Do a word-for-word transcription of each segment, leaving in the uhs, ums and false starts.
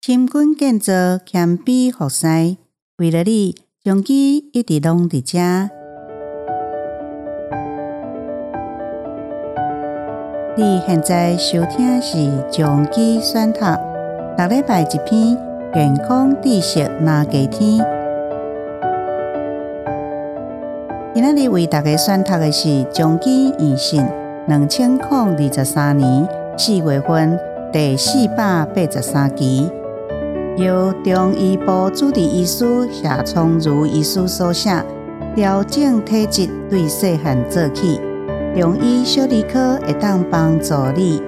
深耕建造，谦卑服侍，为了你，将基一直拢伫遮。你现在收听的是将基选读，逐礼拜一篇健康知识拿给天。今仔日为大家选读的是将基医信两千零二十三年四月份第四百八十三期。由中医部主治医师夏聪如医师所写，调整体质对细汉做起，中医小儿科会当帮助你。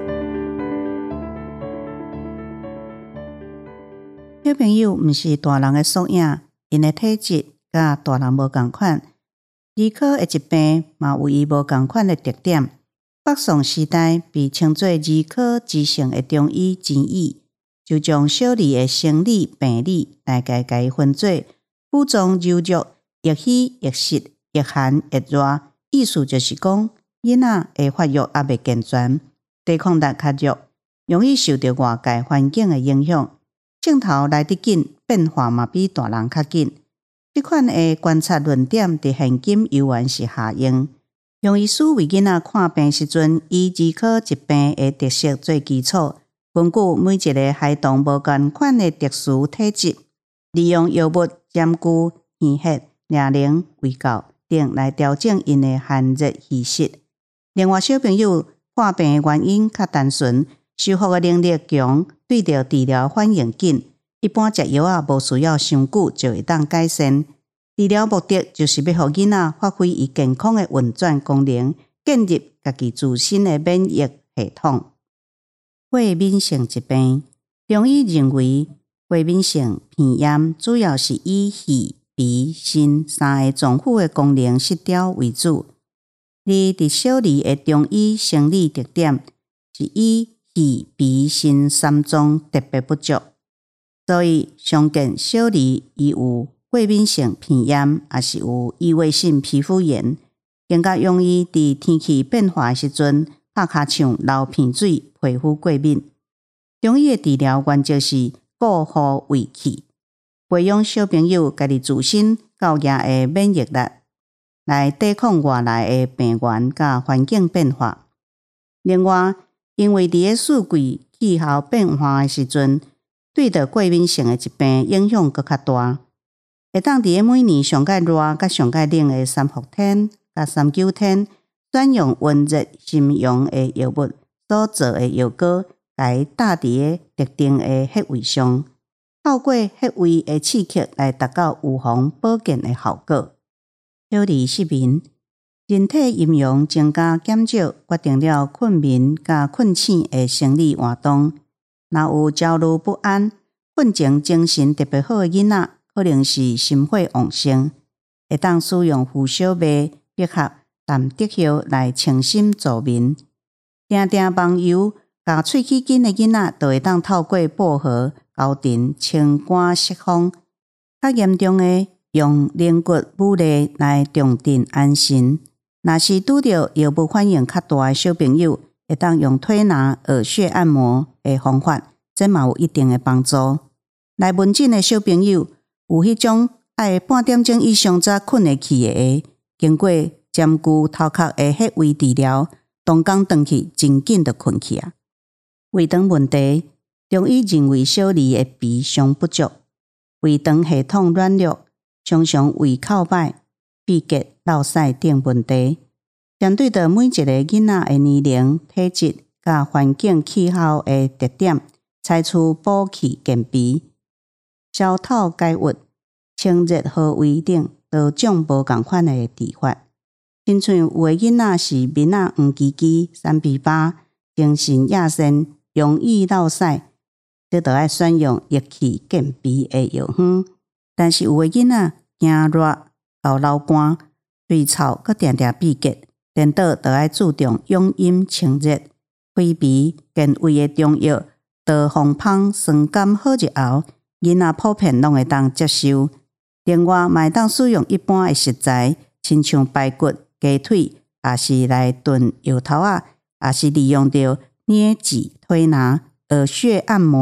小朋友毋是大人的缩影，因的体质甲大人无同款，儿科的疾病嘛有伊无同款的特点。北宋时代被称作儿科之圣的中医钱乙，就将小儿的生理病理大概甲伊分做肤状柔弱、易虚、易湿、易寒、易热，意思就是讲囡仔的发育还未健全，抵抗力较弱，容易受到外界环境的影响，镜头来得紧，变化嘛比大人较紧。这款的观察论点伫现今犹原是下用。用医师为囡仔看病时阵，以儿科疾病的特色做基础，根据每一个孩童无同款的特殊体质，利用药物占据、耳穴、领灵、胃教等来调整因的寒热气湿。另外，小朋友看病的原因较单纯，修复的能力强，对着治疗反应紧，一般食药啊无需要伤久就会当改善。治疗目的就是要让囡仔发挥伊健康的运转功能，建立家己自身的免疫系统。过敏性疾病，中医认为过敏性鼻炎主要是以肺、鼻、肾三个脏腑的功能失调为主。而伫小儿的中医生理特点是以肺、鼻、肾三脏特别不足，所以常见小儿伊有过敏性鼻炎，也是有异位性皮肤炎，更加容易伫天气变化的时阵拍骹唱、流鼻水、皮肤过敏。中医的治疗原则是固护胃气，培养小朋友家己自身较强的免疫力，来抵抗外来的病原甲环境变化。另外，因为伫个四季气候变化的时阵，对着过敏性的疾病影响佫较大。会当伫个每年上介热甲上介冷的三伏天甲三九天，选用温热心阳的药物所做的药膏，来搭伫个特定的穴位上，透过穴位的刺激来达到预防保健的效果。小儿失眠，人体阴阳增加减少，决定了困眠甲困醒的生理活动。若有焦虑不安、困前精神特别好的囡仔，可能是心火旺盛，会当使用扶小麦、百合、淡竹叶来清心助眠。定定梦游、咬喙齿紧的囡仔，就会当透过薄荷、高藤清肝释风。较严重的，用灵骨牡蛎来重镇安神。若是拄到药物反应较大的小朋友，会当用推拿、耳穴按摩的方法，这嘛有一定的帮助。来门诊的小朋友，有迄种爱半点钟以上才困会去的，经过占据头壳的穴位治疗，当工转去真紧就困去啊。胃肠问题，中医认为小儿的脾上不足，胃肠系统软弱，常常胃口歹、闭结、落屎等问题。针对着每一个囡仔的年龄、体质甲环境气候的特点，采取补气健脾、消透解郁、清热和胃等多种无同款的治法。亲像有的囡仔是面仔黄基基、三皮巴、精神亚线，容易落屎，这就要选用益气健脾的药方。但是有的囡仔惊热、熬流汗、嘴臭，佮定定闭结，颠倒就要注重养阴清热、开脾健胃的中药，杜风芳、酸甘好入喉，囡仔普遍拢会当接受。另外，嘛会当使用一般的食材，亲像排骨、鸡腿，也是来炖药头仔，也是利用到捏脊推拿、耳穴按摩、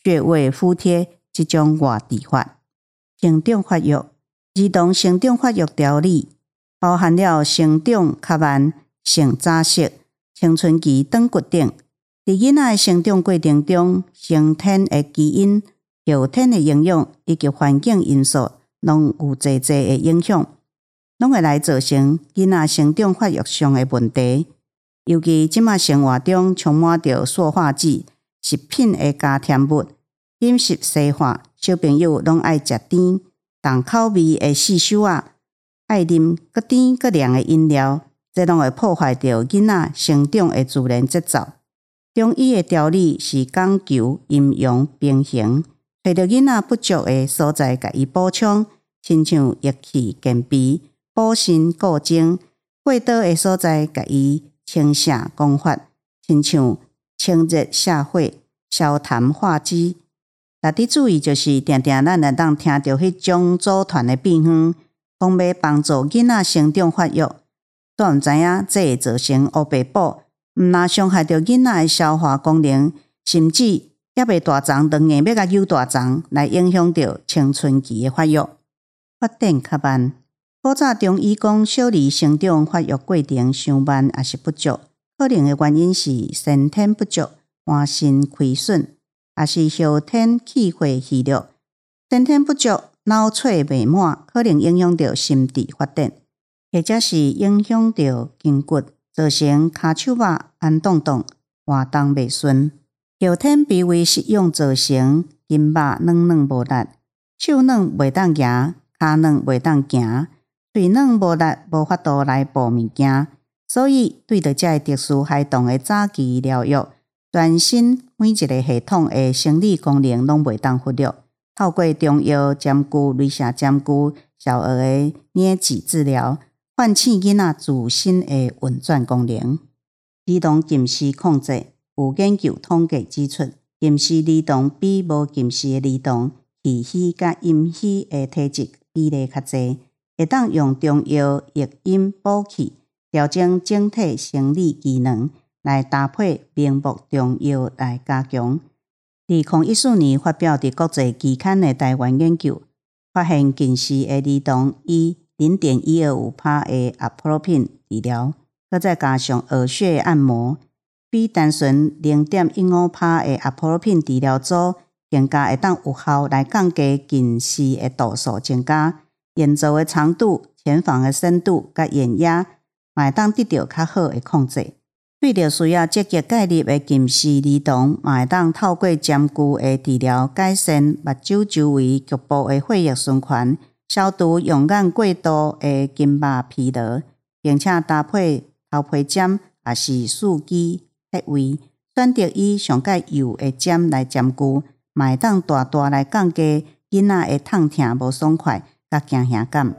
穴位敷贴这种外治法。成长发育，儿童成长发育调理包含了成长较慢、性早熟、青春期长骨等。在囡仔的成长过程中，先天的基因、后天的营养以及环境因素，拢有侪侪的影响，拢会来造成囡仔成长发育上的问题。尤其即马生活中充满着塑化剂、食品的加添物、饮食西化，小朋友拢爱食甜、重口味的四手仔，爱啉搁甜搁凉的饮料，这拢会破坏着囡仔成长的自然节奏。中医的调理是讲求阴阳平衡，找到囡仔不足的所在，甲伊补充，亲像益气健脾、补肾固精；过倒的所在，甲伊清泻降发，亲像清热下火、消痰化积。特别注意，就是定定咱会当听到迄种组团的变方，讲要帮助囡仔成长发育，煞毋知影这会造成乌白补。毋若伤害到囡仔的消化功能，甚至也未大肠，当硬要甲揪大肠，来影响到青春期的发育。发展较慢，古早中医讲小儿成长发育过程伤慢也是不足，可能的原因是先天不足、肝肾亏损，也是后天气血虚弱。先天不足、脑髓未满，可能影响到心智发展，或者是影响到筋骨。造成骹手肉按动动、活动袂顺，后天脾胃失养造成筋肉软软无力，手软袂当行，骹软袂当行，嘴软无力，无法度来捕物件。所以对着这特殊孩童的早期疗愈，全身每一个系统的生理功能拢袂当忽略。透过中药针灸、雷射针灸、小儿的捏脊治疗。唤醒囡仔自身的运转功能。儿童近视控制有研究统计指出，近视儿童比无近视的儿童气虚甲阴虚的体质比例较侪，会当用中药益阴补气，调整整体生理机能，来搭配明目中药来加强。二零一四年发表伫国际期刊的台湾研究，发现近视的儿童以零点一二五趴 的阿普罗品治疗，佮再加上耳穴按摩，比单纯零点一五趴 的阿普罗品治疗组更加会当有效来降低近视的度数增加，眼轴的长度、前房的深度佮眼压，嘛会当得到较好的控制。对着需要积极介入的近视儿童，嘛会当透过针灸的治疗，改善目睭周围局部的血液循环。消除用眼过度的筋肉疲劳，并且搭配头皮针也是四肢穴位，选择以上介幼的针来针灸，嘛会当大大来降低囡仔的痛痛无爽快甲惊吓感。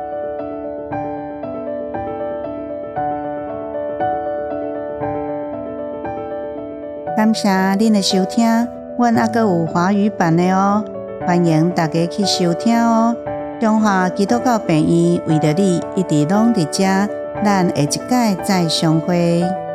感谢恁的收听，阮还阁有华语版的哦，欢迎大家去收听哦。中华基督教病院为着你一直拢伫遮，咱下一届再相会。